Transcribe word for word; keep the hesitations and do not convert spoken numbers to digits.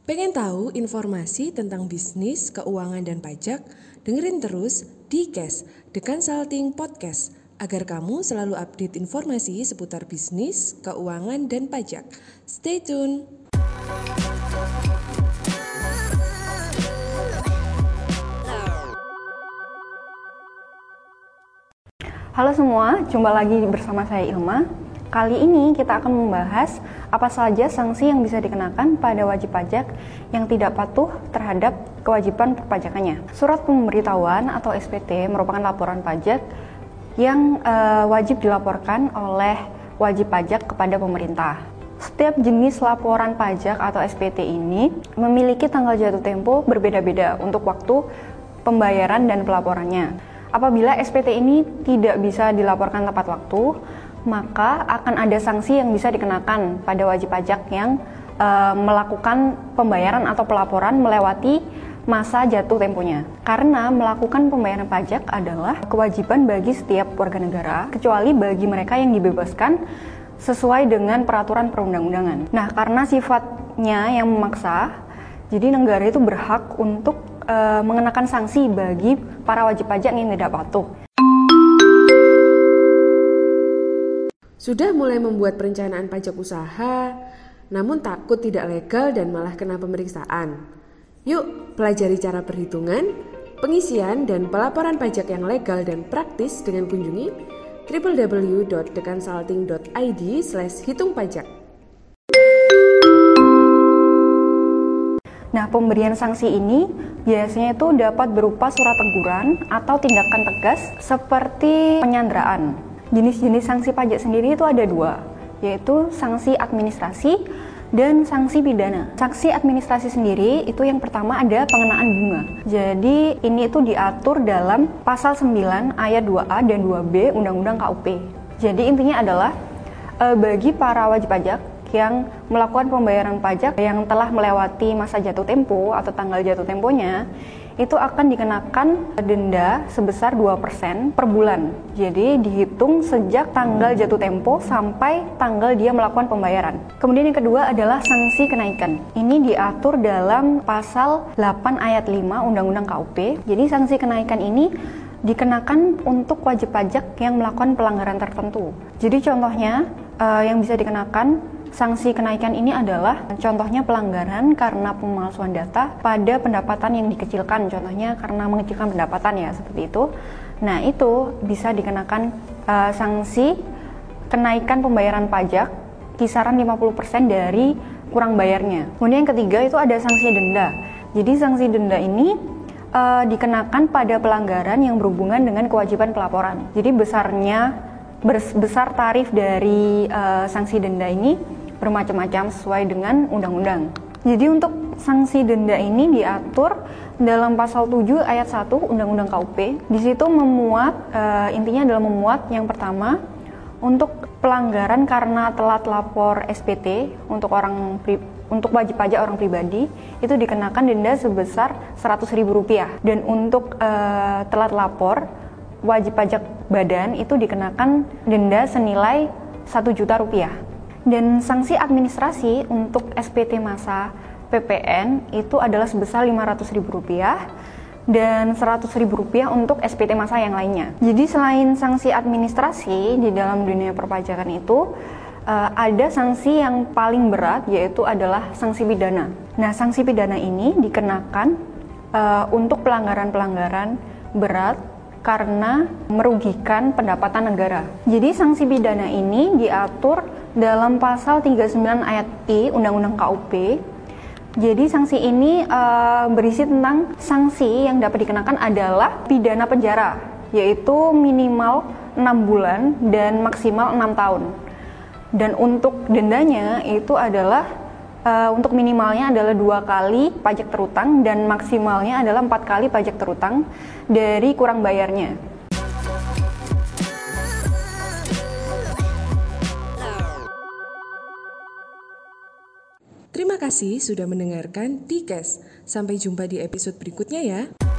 Pengen tahu informasi tentang bisnis, keuangan, dan pajak? Dengerin terus di Cash, The Consulting Podcast, agar kamu selalu update informasi seputar bisnis, keuangan, dan pajak. Stay tune! Halo semua, jumpa lagi bersama saya Ilma. Kali ini kita akan membahas apa saja sanksi yang bisa dikenakan pada wajib pajak yang tidak patuh terhadap kewajiban perpajakannya. Surat pemberitahuan atau S P T merupakan laporan pajak yang uh, wajib dilaporkan oleh wajib pajak kepada pemerintah. Setiap jenis laporan pajak atau S P T ini memiliki tanggal jatuh tempo berbeda-beda untuk waktu pembayaran dan pelaporannya. Apabila S P T ini tidak bisa dilaporkan tepat waktu, maka akan ada sanksi yang bisa dikenakan pada wajib pajak yang e, melakukan pembayaran atau pelaporan melewati masa jatuh temponya. Karena melakukan pembayaran pajak adalah kewajiban bagi setiap warga negara, kecuali bagi mereka yang dibebaskan sesuai dengan peraturan perundang-undangan. Nah, karena sifatnya yang memaksa, jadi negara itu berhak untuk e, mengenakan sanksi bagi para wajib pajak yang tidak patuh. Sudah mulai membuat perencanaan pajak usaha, namun takut tidak legal dan malah kena pemeriksaan. Yuk, pelajari cara perhitungan, pengisian, dan pelaporan pajak yang legal dan praktis dengan kunjungi w w w dot the consulting dot i d slash hitung pajak. Nah, pemberian sanksi ini biasanya itu dapat berupa surat teguran atau tindakan tegas seperti penyanderaan. Jenis-jenis sanksi pajak sendiri itu ada dua, yaitu sanksi administrasi dan sanksi pidana. Sanksi administrasi sendiri itu yang pertama ada pengenaan bunga. Jadi ini itu diatur dalam pasal sembilan ayat dua A dan dua B Undang-Undang K U P. Jadi intinya adalah e, bagi para wajib pajak yang melakukan pembayaran pajak yang telah melewati masa jatuh tempo atau tanggal jatuh temponya, itu akan dikenakan denda sebesar dua persen per bulan. Jadi dihitung sejak tanggal jatuh tempo sampai tanggal dia melakukan pembayaran. Kemudian yang kedua adalah sanksi kenaikan. Ini diatur dalam pasal delapan ayat lima Undang-Undang K U P. Jadi sanksi kenaikan ini dikenakan untuk wajib pajak yang melakukan pelanggaran tertentu. Jadi contohnya uh, yang bisa dikenakan sanksi kenaikan ini adalah contohnya pelanggaran karena pemalsuan data pada pendapatan yang dikecilkan, contohnya karena mengecilkan pendapatan ya, seperti itu. Nah, itu bisa dikenakan uh, sanksi kenaikan pembayaran pajak kisaran lima puluh persen dari kurang bayarnya. Kemudian yang ketiga itu ada sanksi denda. Jadi sanksi denda ini uh, dikenakan pada pelanggaran yang berhubungan dengan kewajiban pelaporan. Jadi besarnya besar tarif dari uh, sanksi denda ini bermacam-macam sesuai dengan undang-undang. Jadi untuk sanksi denda ini diatur dalam pasal tujuh ayat satu Undang-Undang K U P. Di situ memuat uh, intinya adalah memuat yang pertama untuk pelanggaran karena telat lapor S P T untuk orang pri, untuk wajib pajak orang pribadi itu dikenakan denda sebesar seratus ribu rupiah, dan untuk uh, telat lapor wajib pajak badan itu dikenakan denda senilai satu juta rupiah. Dan sanksi administrasi untuk S P T masa P P N itu adalah sebesar lima ratus ribu rupiah dan seratus ribu rupiah untuk S P T masa yang lainnya. Jadi selain sanksi administrasi di dalam dunia perpajakan itu uh, ada sanksi yang paling berat, yaitu adalah sanksi pidana. Nah, sanksi pidana ini dikenakan uh, untuk pelanggaran-pelanggaran berat karena merugikan pendapatan negara. Jadi sanksi pidana ini diatur dalam pasal tiga puluh sembilan ayat I Undang-Undang K U P. Jadi sanksi ini uh, berisi tentang sanksi yang dapat dikenakan adalah pidana penjara, yaitu minimal enam bulan dan maksimal enam tahun. Dan untuk dendanya itu adalah uh, untuk minimalnya adalah dua kali pajak terutang dan maksimalnya adalah empat kali pajak terutang dari kurang bayarnya. Terima kasih sudah mendengarkan T-Cash. Sampai jumpa di episode berikutnya ya.